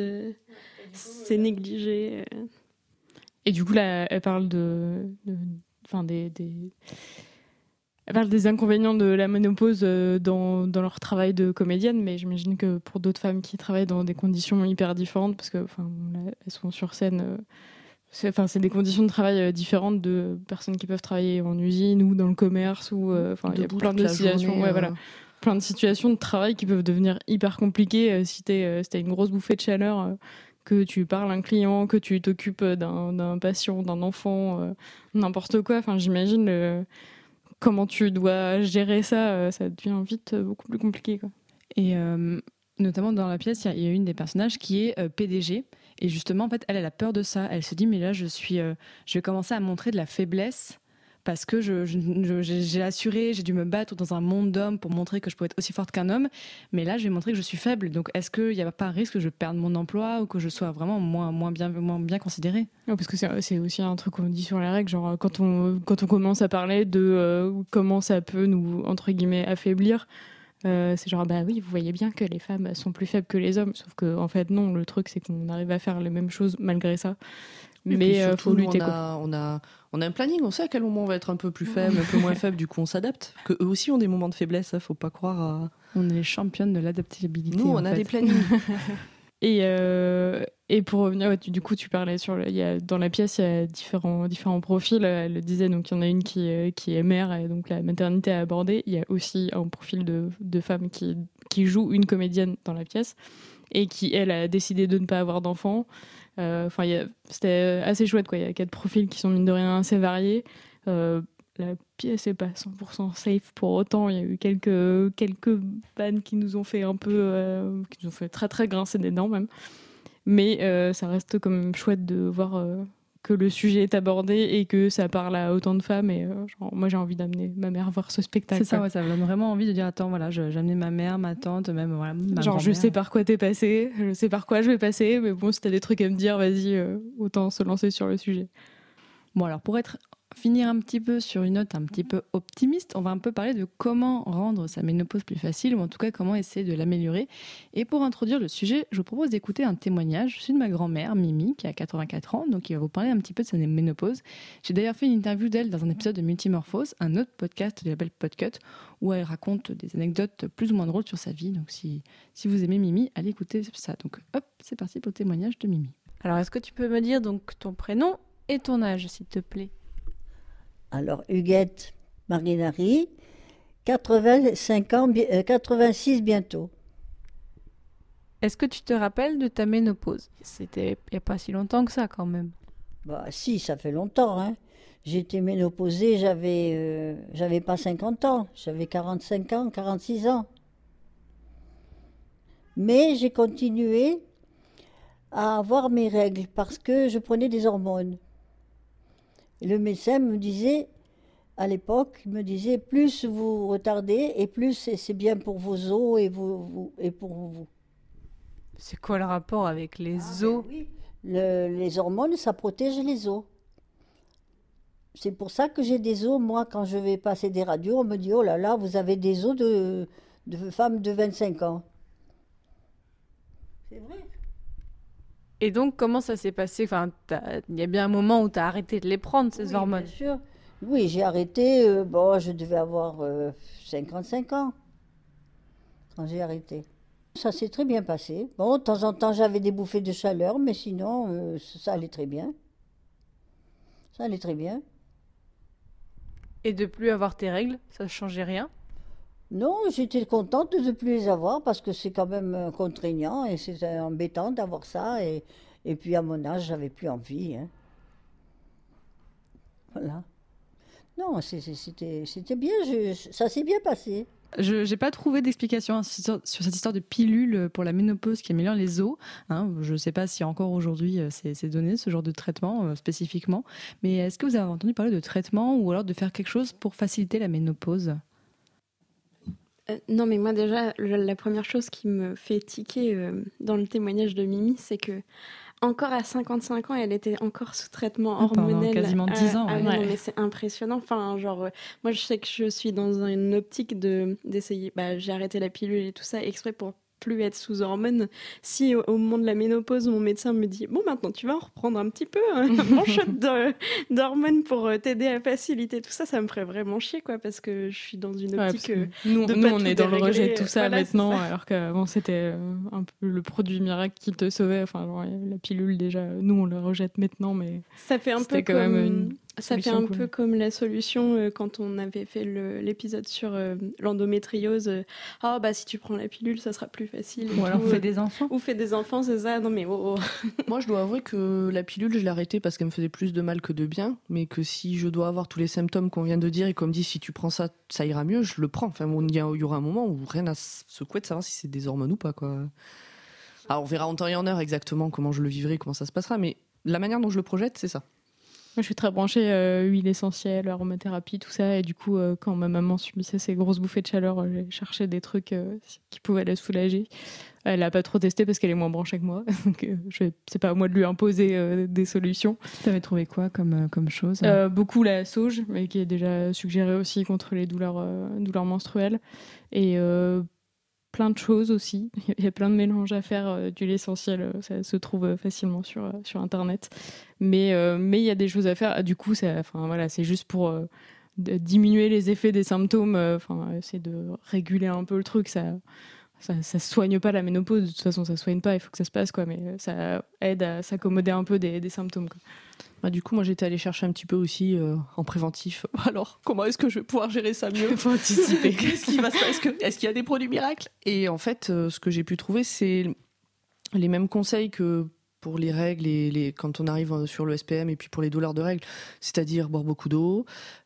c'est négligé. Et du coup, là, elle parle des Elle parle des inconvénients de la ménopause dans leur travail de comédienne, mais j'imagine que pour d'autres femmes qui travaillent dans des conditions hyper différentes, parce que elles sont sur scène, c'est des conditions de travail différentes de personnes qui peuvent travailler en usine ou dans le commerce, ou il y a plein de situations, plein de situations de travail qui peuvent devenir hyper compliquées si t'as une grosse bouffée de chaleur. Que tu parles à un client, que tu t'occupes d'un patient, d'un enfant, n'importe quoi. Enfin, j'imagine comment tu dois gérer ça, ça devient vite beaucoup plus compliqué, quoi. Et notamment dans la pièce, il y a une des personnages qui est PDG. Et justement, en fait, elle a peur de ça. Elle se dit, mais là, je vais commencer à montrer de la faiblesse parce que j'ai assuré, j'ai dû me battre dans un monde d'hommes pour montrer que je pouvais être aussi forte qu'un homme. Mais là, je vais montrer que je suis faible. Donc, est-ce qu'il n'y a pas un risque que je perde mon emploi ou que je sois vraiment moins bien considérée ? Ouais, parce que c'est aussi un truc qu'on dit sur les règles. Genre, quand on commence à parler de comment ça peut nous, entre guillemets, affaiblir, c'est genre, bah oui, vous voyez bien que les femmes sont plus faibles que les hommes. Sauf que, en fait, non, le truc, c'est qu'on arrive à faire les mêmes choses malgré ça. Mais il faut lutter. On a un planning, on sait à quel moment on va être un peu plus faible, un peu moins faible, du coup on s'adapte. Que eux aussi ont des moments de faiblesse, faut pas croire à... On est les championnes de l'adaptabilité. Nous, on a des plannings. Et pour revenir, du coup, tu parlais dans la pièce, il y a différents profils. Elle le disait, donc il y en a une qui est mère, et donc la maternité à aborder. Il y a aussi un profil de femme qui joue une comédienne dans la pièce et qui, elle, a décidé de ne pas avoir d'enfant. C'était assez chouette, quoi. Il y a 4 profils qui sont, mine de rien, assez variés. La pièce n'est pas 100% safe pour autant. Il y a eu quelques vannes qui nous ont fait qui nous ont fait très très grincer des dents même. Mais ça reste quand même chouette de voir que le sujet est abordé et que ça parle à autant de femmes. Et moi, j'ai envie d'amener ma mère voir ce spectacle. C'est ça, ouais, ça donne vraiment envie de dire, attends, voilà, j'ai amené ma mère, ma tante, même voilà, ma genre, je sais par quoi t'es passé, je sais par quoi je vais passer, mais bon, si t'as des trucs à me dire, vas-y, autant se lancer sur le sujet. Bon, alors, pour finir un petit peu sur une note un petit peu optimiste, on va un peu parler de comment rendre sa ménopause plus facile, ou en tout cas comment essayer de l'améliorer. Et pour introduire le sujet, je vous propose d'écouter un témoignage. Je suis de ma grand-mère, Mimi, qui a 84 ans, donc qui va vous parler un petit peu de sa ménopause. J'ai d'ailleurs fait une interview d'elle dans un épisode de Multimorphose, un autre podcast du label Podcut, où elle raconte des anecdotes plus ou moins drôles sur sa vie. Donc si vous aimez Mimi, allez écouter ça. Donc hop, c'est parti pour le témoignage de Mimi. Alors, est-ce que tu peux me dire donc ton prénom et ton âge, s'il te plaît ? Alors, Huguette Marinari, 85 ans, 86 bientôt. Est-ce que tu te rappelles de ta ménopause ? C'était il n'y a pas si longtemps que ça, quand même. Bah si, ça fait longtemps. Hein. J'étais ménopausée, j'avais pas 50 ans, j'avais 45 ans, 46 ans. Mais j'ai continué à avoir mes règles parce que je prenais des hormones. Et le médecin me disait, à l'époque, il me disait, plus vous retardez et plus c'est bien pour vos os et pour vous. C'est quoi le rapport avec les os ? Oui. Les hormones, ça protège les os. C'est pour ça que j'ai des os. Moi, quand je vais passer des radios, on me dit, oh là là, vous avez des os de femme de 25 ans. C'est vrai. Et donc, comment ça s'est passé ? Enfin, il y a bien un moment où tu as arrêté de les prendre, ces hormones. Bien sûr. Oui, j'ai arrêté. Je devais avoir 55 ans quand j'ai arrêté. Ça s'est très bien passé. Bon, de temps en temps, j'avais des bouffées de chaleur, mais sinon, ça allait très bien. Ça allait très bien. Et de plus avoir tes règles, ça ne changeait rien ? Non, j'étais contente de ne plus les avoir parce que c'est quand même contraignant et c'est embêtant d'avoir ça. Et puis à mon âge, j'avais plus envie. Hein. Voilà. Non, c'était bien, ça s'est bien passé. Je n'ai pas trouvé d'explication sur cette histoire de pilule pour la ménopause qui améliore les os. Je ne sais pas si encore aujourd'hui c'est donné, ce genre de traitement spécifiquement. Mais est-ce que vous avez entendu parler de traitement ou alors de faire quelque chose pour faciliter la ménopause ? Non, mais moi déjà, la première chose qui me fait tiquer dans le témoignage de Mimi, c'est que encore à 55 ans, elle était encore sous traitement hormonal. Quasiment 10 ans. Non, mais c'est impressionnant. Enfin, moi, je sais que je suis dans une optique d'essayer. J'ai arrêté la pilule et tout ça exprès pour plus être sous hormones. Si au moment de la ménopause, mon médecin me dit bon, maintenant tu vas en reprendre un petit peu, bon shot d'hormones pour t'aider à faciliter tout ça, ça me ferait vraiment chier, quoi, parce que je suis dans une optique nous de on pas est tout dans le rejet de dérégler. tout ça Voilà, c'est maintenant, ça. alors qu'avant c'était un peu le produit miracle qui te sauvait. Enfin, genre, la pilule déjà, nous on la rejette maintenant, mais Ça fait un peu c'était quand même une ça fait solution un cool. peu comme la solution quand on avait fait l'épisode sur l'endométriose. Ah bah si tu prends la pilule, ça sera plus facile. et Ou alors tout. fais des enfants. Ou fais des enfants, c'est ça. Non mais oh. Moi, je dois avouer que la pilule, je l'ai arrêtée parce qu'elle me faisait plus de mal que de bien. Mais que si je dois avoir tous les symptômes qu'on vient de dire et qu'on me dit si tu prends ça, ça ira mieux, je le prends. Enfin, il y aura un moment où rien à secouer de savoir si c'est des hormones ou pas, quoi. Alors, on verra en temps et en heure exactement comment je le vivrai, comment ça se passera. Mais la manière dont je le projette, c'est ça. Moi, je suis très branchée huile essentielle, aromathérapie, tout ça. Et du coup, quand ma maman subissait ces grosses bouffées de chaleur, j'ai cherché des trucs qui pouvaient la soulager. Elle n'a pas trop testé parce qu'elle est moins branchée que moi. Donc, c'est pas à moi de lui imposer des solutions. T'avais trouvé quoi comme chose Beaucoup la sauge, mais qui est déjà suggérée aussi contre les douleurs menstruelles. Et plein de choses aussi. Il y a plein de mélanges à faire d'huile essentielle. Ça se trouve facilement sur Internet. Mais il y a des choses à faire. Du coup, c'est juste pour diminuer les effets des symptômes. C'est de réguler un peu le truc. Ça soigne pas la ménopause. De toute façon, ça soigne pas. Il faut que ça se passe, quoi. Mais ça aide à s'accommoder un peu des symptômes, quoi. Bah, du coup, moi, j'étais allée chercher un petit peu aussi en préventif. Alors, comment est-ce que je vais pouvoir gérer ça mieux ? Faut anticiper. Qu'est-ce qui va se passer ? Est-ce qu'il y a des produits miracles ? Et en fait, ce que j'ai pu trouver, c'est les mêmes conseils que pour les règles et quand on arrive sur le SPM et puis pour les douleurs de règles, c'est-à-dire boire beaucoup d'eau,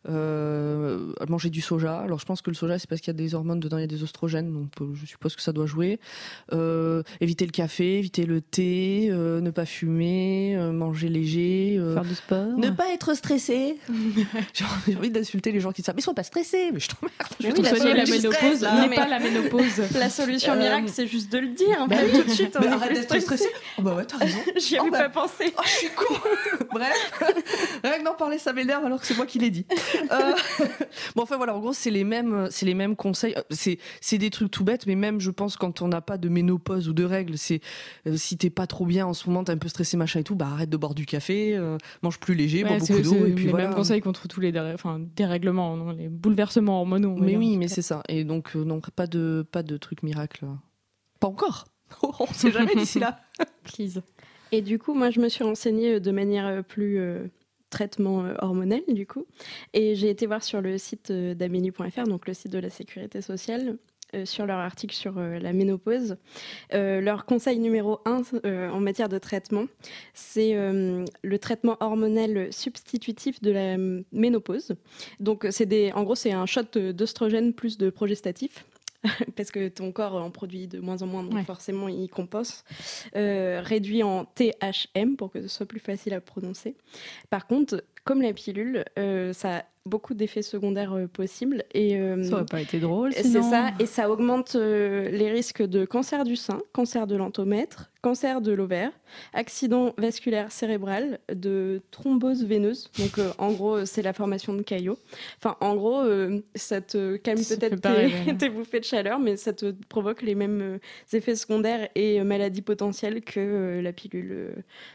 manger du soja. Alors je pense que le soja, c'est parce qu'il y a des hormones dedans, il y a des oestrogènes, donc je suppose que ça doit jouer. Éviter le café, éviter le thé, ne pas fumer, manger léger, faire du sport, ne pas être stressé. J'ai envie d'insulter les gens qui disent ça, mais sois pas stressé, mais je t'emmerde. Je vais soigner la ménopause, n'est pas la ménopause. La solution miracle, c'est juste de le dire, en fait, tout de suite. Mais arrête d'être stressé. Oh bah ouais, t'as raison. J'y avais pas pensé. Oh, je suis con. Bref, rien que d'en parler, ça m'énerve alors que c'est moi qui l'ai dit. Bon, enfin voilà, en gros, c'est les mêmes conseils. C'est des trucs tout bêtes, mais même, je pense, quand on n'a pas de ménopause ou de règles, c'est si t'es pas trop bien en ce moment, t'es un peu stressé, machin et tout, bah arrête de boire du café, mange plus léger, bois beaucoup d'eau, et puis les voilà. mêmes conseils contre tous les dérèglements, non, les bouleversements hormonaux. Mais oui, mais c'est ça. Et donc, non, pas de trucs miracles. Pas encore. On sait jamais d'ici là. Please. Et du coup, moi, je me suis renseignée de manière plus traitement hormonal, du coup. Et j'ai été voir sur le site d'amélie.fr, donc le site de la sécurité sociale, sur leur article sur la ménopause. Leur conseil numéro 1 en matière de traitement, c'est le traitement hormonal substitutif de la ménopause. Donc, en gros, c'est un shot d'œstrogène plus de progestatif. Parce que ton corps en produit de moins en moins, donc forcément il compense. Réduit en THM pour que ce soit plus facile à prononcer. Par contre, comme la pilule, ça a beaucoup d'effets secondaires possibles. Et, ça aurait pas été drôle, c'est sinon. ça, et ça augmente les risques de cancer du sein, cancer de l'endomètre, cancer de l'ovaire, accident vasculaire cérébral, de thrombose veineuse. Donc en gros, c'est la formation de caillots. Enfin, en gros, ça te calme peut-être tes bouffées de chaleur, mais ça te provoque les mêmes effets secondaires et maladies potentielles que la pilule,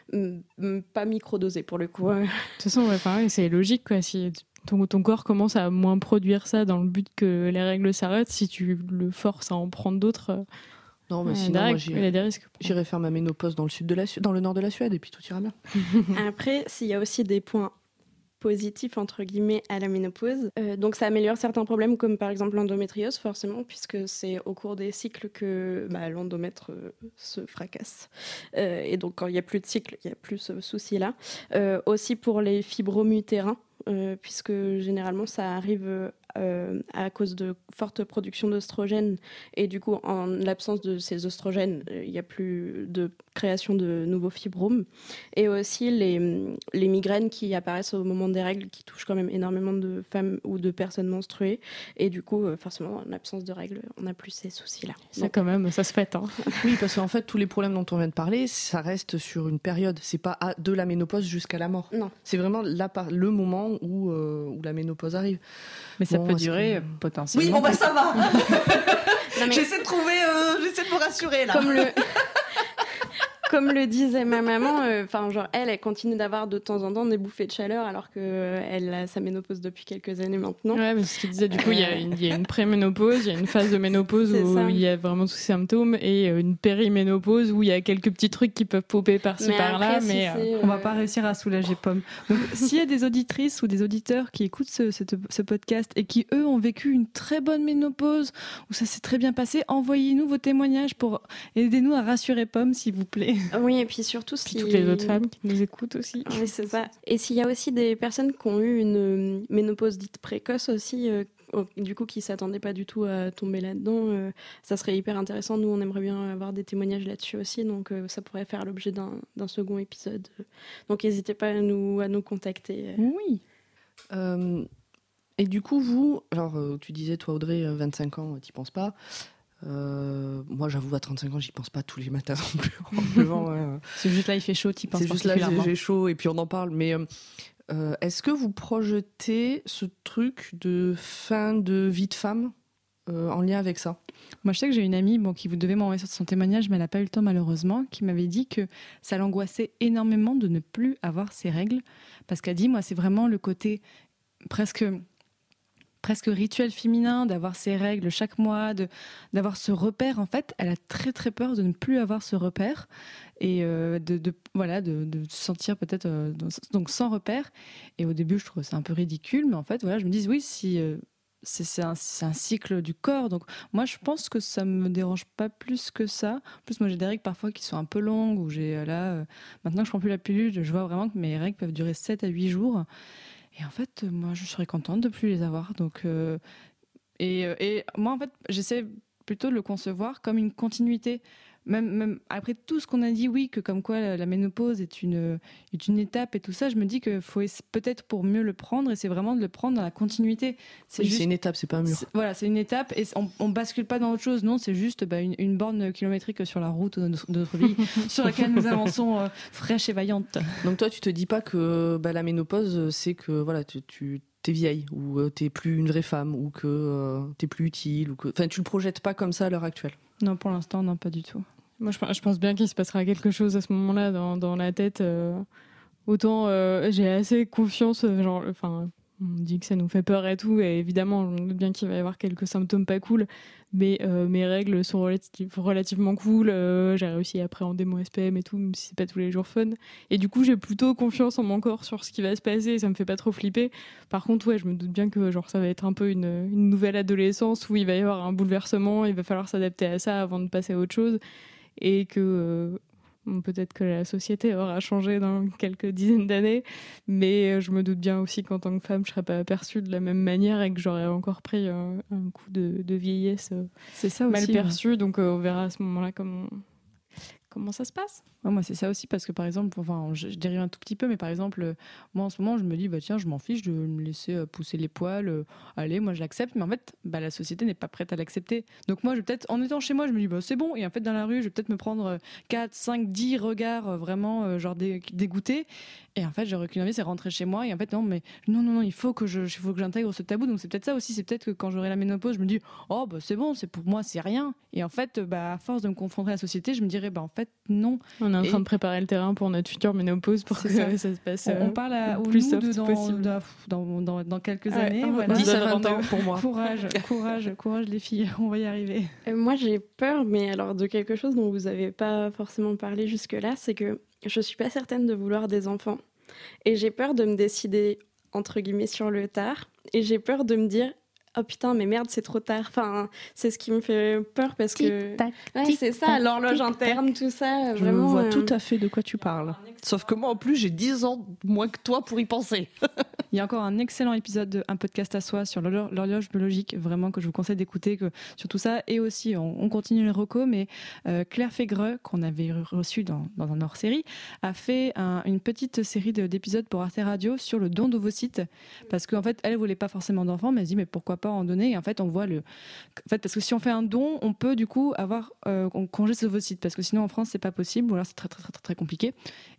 pas microdosée pour le coup. De toute façon, c'est logique, quoi. Si ton corps commence à moins produire ça dans le but que les règles s'arrêtent, si tu le forces à en prendre d'autres. Non, mais sinon, moi, il y a des risques. J'irai faire ma ménopause dans le nord de la Suède et puis tout ira bien. Après, s'il y a aussi des points positifs entre guillemets à la ménopause, donc ça améliore certains problèmes comme par exemple l'endométriose forcément, puisque c'est au cours des cycles que l'endomètre se fracasse, et donc quand il n'y a plus de cycle, il n'y a plus ce souci là. Aussi pour les fibromes utérins, puisque généralement ça arrive à cause de forte production d'œstrogènes, et du coup en l'absence de ces œstrogènes, il n'y a plus de création de nouveaux fibromes. Et aussi les migraines qui apparaissent au moment des règles, qui touchent quand même énormément de femmes ou de personnes menstruées, et du coup forcément en absence de règles on n'a plus ces soucis là. Ça quand même, ça se fait, hein. Oui, parce qu'en fait tous les problèmes dont on vient de parler, ça reste sur une période, c'est pas de la ménopause jusqu'à la mort. Non, c'est vraiment le moment où la ménopause arrive. Mais ça peut durer potentiellement. Oui, bon bah ça va. Non, mais J'essaie de me rassurer là. comme le disait ma maman, elle continue d'avoir de temps en temps des bouffées de chaleur alors qu'elle a sa ménopause depuis quelques années maintenant. Ouais, mais ce qu'il disait, du coup, il y a une préménopause, il y a une phase de ménopause où il y a vraiment tous ces symptômes et une périménopause où il y a quelques petits trucs qui peuvent popper par-ci par-là, mais on va pas réussir à soulager Pomme. Donc, s'il y a des auditrices ou des auditeurs qui écoutent ce podcast et qui, eux, ont vécu une très bonne ménopause, où ça s'est très bien passé, envoyez-nous vos témoignages pour aider-nous à rassurer Pomme, s'il vous plaît. Oui, et puis surtout toutes les autres femmes qui nous écoutent aussi. Oui, c'est ça. Et s'il y a aussi des personnes qui ont eu une ménopause dite précoce aussi, du coup qui s'attendaient pas du tout à tomber là-dedans, ça serait hyper intéressant. Nous, on aimerait bien avoir des témoignages là-dessus aussi, donc ça pourrait faire l'objet d'un second épisode. Donc n'hésitez pas à nous contacter. Oui. Et du coup, vous, alors tu disais, toi Audrey, 25 ans, t'y penses pas. Moi, j'avoue, à 35 ans, j'y pense pas tous les matins non plus. En pleuvant, C'est juste là, il fait chaud, t'y penses c'est juste là, particulièrement. j'ai chaud et puis on en parle. Mais est-ce que vous projetez ce truc de fin de vie de femme en lien avec ça? Moi, je sais que j'ai une amie qui vous devait m'envoyer son témoignage, mais elle n'a pas eu le temps malheureusement, qui m'avait dit que ça l'angoissait énormément de ne plus avoir ses règles. Parce qu'elle dit, moi, c'est vraiment le côté presque rituel féminin, d'avoir ses règles chaque mois, d'avoir ce repère. En fait, elle a très très peur de ne plus avoir ce repère et de se sentir peut-être donc sans repère. Et au début, je trouve ça un peu ridicule, mais en fait, voilà, je me dis oui, si c'est un cycle du corps. Donc moi, je pense que ça me dérange pas plus que ça. En plus, moi, j'ai des règles parfois qui sont un peu longues, où j'ai maintenant que je prends plus la pilule, je vois vraiment que mes règles peuvent durer 7 à 8 jours. Et en fait, moi, je serais contente de plus les avoir. Donc, et moi, en fait, j'essaie plutôt de le concevoir comme une continuité. Même après tout ce qu'on a dit, oui, que comme quoi la ménopause est une étape et tout ça, je me dis qu'il faut peut-être pour mieux le prendre, et c'est vraiment de le prendre dans la continuité. C'est une étape, c'est pas un mur. Voilà, c'est une étape, et on bascule pas dans autre chose. Non, c'est juste une borne kilométrique sur la route de notre vie, sur laquelle nous avançons fraîche et vaillante. Donc toi, tu te dis pas que la ménopause, c'est que voilà, t'es vieille, ou t'es plus une vraie femme, ou que t'es plus utile, ou que... Enfin, tu le projettes pas comme ça à l'heure actuelle? Non, pour l'instant, non, pas du tout. Moi, je pense bien qu'il se passera quelque chose à ce moment-là dans la tête. Autant j'ai assez confiance, on dit que ça nous fait peur et tout, et évidemment, on doute bien qu'il va y avoir quelques symptômes pas cool, mais mes règles sont relativement cool. J'ai réussi à appréhender mon SPM et tout, même si c'est pas tous les jours fun. Et du coup, j'ai plutôt confiance en mon corps sur ce qui va se passer, et ça me fait pas trop flipper. Par contre, ouais, je me doute bien que ça va être un peu une nouvelle adolescence où il va y avoir un bouleversement, il va falloir s'adapter à ça avant de passer à autre chose, et que... peut-être que la société aura changé dans quelques dizaines d'années, mais je me doute bien aussi qu'en tant que femme, je ne serais pas perçue de la même manière et que j'aurais encore pris un coup de vieillesse c'est ça mal aussi, perçu. Ouais. Donc on verra à ce moment-là comment ça se passe. Ouais, moi, c'est ça aussi, parce que par exemple, je dérive un tout petit peu, mais par exemple, moi en ce moment, je me dis, tiens, je m'en fiche de me laisser pousser les poils, allez, moi je l'accepte, mais en fait, la société n'est pas prête à l'accepter. Donc moi, en étant chez moi, je me dis, c'est bon, et en fait, dans la rue, je vais peut-être me prendre 4, 5, 10 regards vraiment dégoûtés, et en fait, j'aurais qu'une envie, c'est rentrer chez moi, et en fait, non, il faut que j'intègre ce tabou. Donc c'est peut-être ça aussi, c'est peut-être que quand j'aurai la ménopause, je me dis, c'est bon, c'est pour moi, c'est rien. Et en fait, à force de me confronter à la société, je me dirais, en fait, non. On est en train de préparer le terrain pour notre future ménopause pour que ça se passe on parle au plus soft possible. Dans quelques années. Voilà. 10 à 20 ans pour moi. Courage les filles, on va y arriver. Moi j'ai peur, mais alors de quelque chose dont vous n'avez pas forcément parlé jusque-là, c'est que je suis pas certaine de vouloir des enfants. Et j'ai peur de me décider, entre guillemets, sur le tard. Et j'ai peur de me dire, oh putain, mais merde, c'est trop tard. Enfin, c'est ce qui me fait peur parce que... c'est ça, l'horloge interne, tout ça. Vraiment, je vois tout à fait de quoi tu parles. Sauf que moi, en plus, j'ai 10 ans moins que toi pour y penser. Il y a encore un excellent épisode, un podcast à soi sur l'horloge biologique, vraiment, que je vous conseille d'écouter sur tout ça. Et aussi, on continue les recos, mais Claire Fégreux, qu'on avait reçue dans un hors-série, a fait une petite série d'épisodes pour Arte Radio sur le don d'ovocytes. Parce qu'en fait, elle ne voulait pas forcément d'enfants, mais elle se dit, mais pourquoi pas en donner? Et en fait, on voit parce que si on fait un don, on peut du coup avoir congé ses ovocytes, parce que sinon en France, c'est pas possible, ou alors c'est très, très, très, très, très compliqué.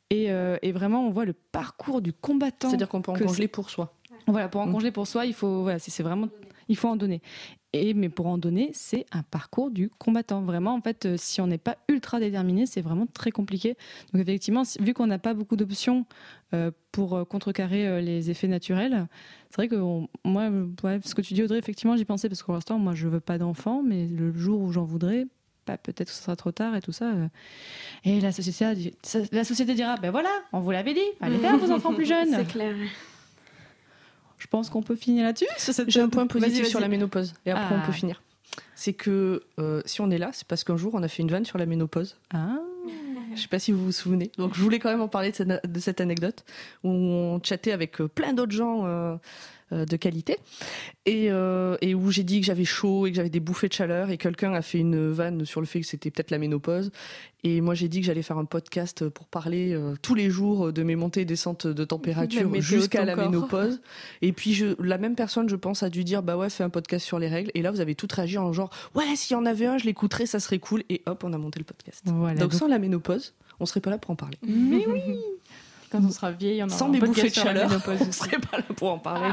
Et vraiment, on voit le parcours du combattant. C'est-à-dire qu'on peut en congeler pour soi. Voilà, pour en congeler pour soi, il faut. Voilà, c'est vraiment. Il faut en donner. Mais pour en donner, c'est un parcours du combattant. Vraiment, en fait, si on n'est pas ultra déterminé, c'est vraiment très compliqué. Donc effectivement, vu qu'on n'a pas beaucoup d'options pour contrecarrer les effets naturels, c'est vrai que moi, ce que tu dis Audrey, effectivement, j'y pensais parce que pour l'instant, moi, je veux pas d'enfant, mais le jour où j'en voudrais, peut-être que ce sera trop tard et tout ça. Et la société dira, ben voilà, on vous l'avait dit, allez faire vos enfants plus jeunes. C'est clair. Je pense qu'on peut finir là-dessus. J'ai un point positif Vas-y. sur la ménopause. Et après, on peut finir. C'est que si on est là, c'est parce qu'un jour, on a fait une vanne sur la ménopause. Je sais pas si vous vous souvenez. Donc, je voulais quand même en parler de cette anecdote où on chattait avec plein d'autres gens de qualité et où j'ai dit que j'avais chaud et que j'avais des bouffées de chaleur et quelqu'un a fait une vanne sur le fait que c'était peut-être la ménopause et moi j'ai dit que j'allais faire un podcast pour parler tous les jours de mes montées et descentes de température jusqu'à la ménopause et puis la même personne je pense a dû dire bah ouais fais un podcast sur les règles et là vous avez toutes réagi en genre ouais s'il y en avait un je l'écouterais ça serait cool et hop on a monté le podcast. Voilà, donc sans la ménopause on serait pas là pour en parler. Mais oui. Quand on sera vieille, on aura sans un mes bouffées de podcast sur la chaleur, ménopause on aussi. serait pas là pour en parler.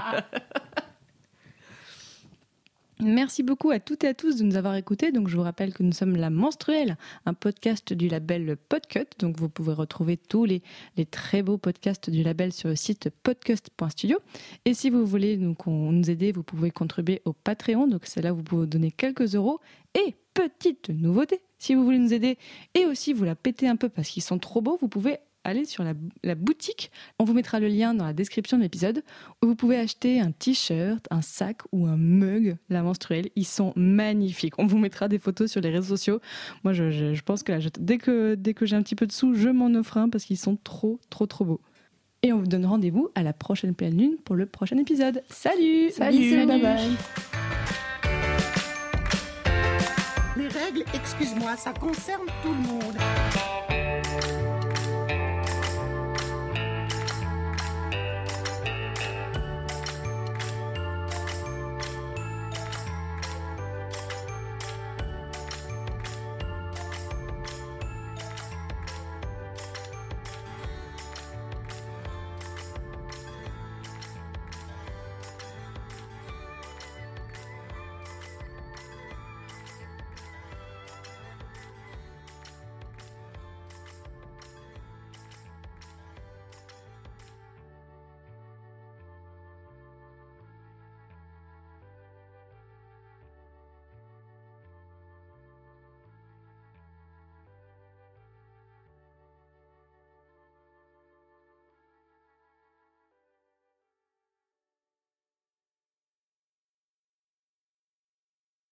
Merci beaucoup à toutes et à tous de nous avoir écoutés. Donc, je vous rappelle que nous sommes La Menstruelle, un podcast du label Podcut. Donc, vous pouvez retrouver tous les très beaux podcasts du label sur le site podcast.studio. Et si vous voulez nous aider, vous pouvez contribuer au Patreon. Donc, c'est là où vous pouvez donner quelques euros. Et petite nouveauté, si vous voulez nous aider et aussi vous la péter un peu parce qu'ils sont trop beaux, vous pouvez aller sur la boutique. On vous mettra le lien dans la description de l'épisode où vous pouvez acheter un t-shirt, un sac ou un mug La Menstruelle. Ils sont magnifiques. On vous mettra des photos sur les réseaux sociaux. Moi, je pense que là, dès que j'ai un petit peu de sous, je m'en offre un parce qu'ils sont trop, trop, trop beaux. Et on vous donne rendez-vous à la prochaine pleine lune pour le prochain épisode. Salut! Salut. Bye bye! Les règles, excuse-moi, ça concerne tout le monde.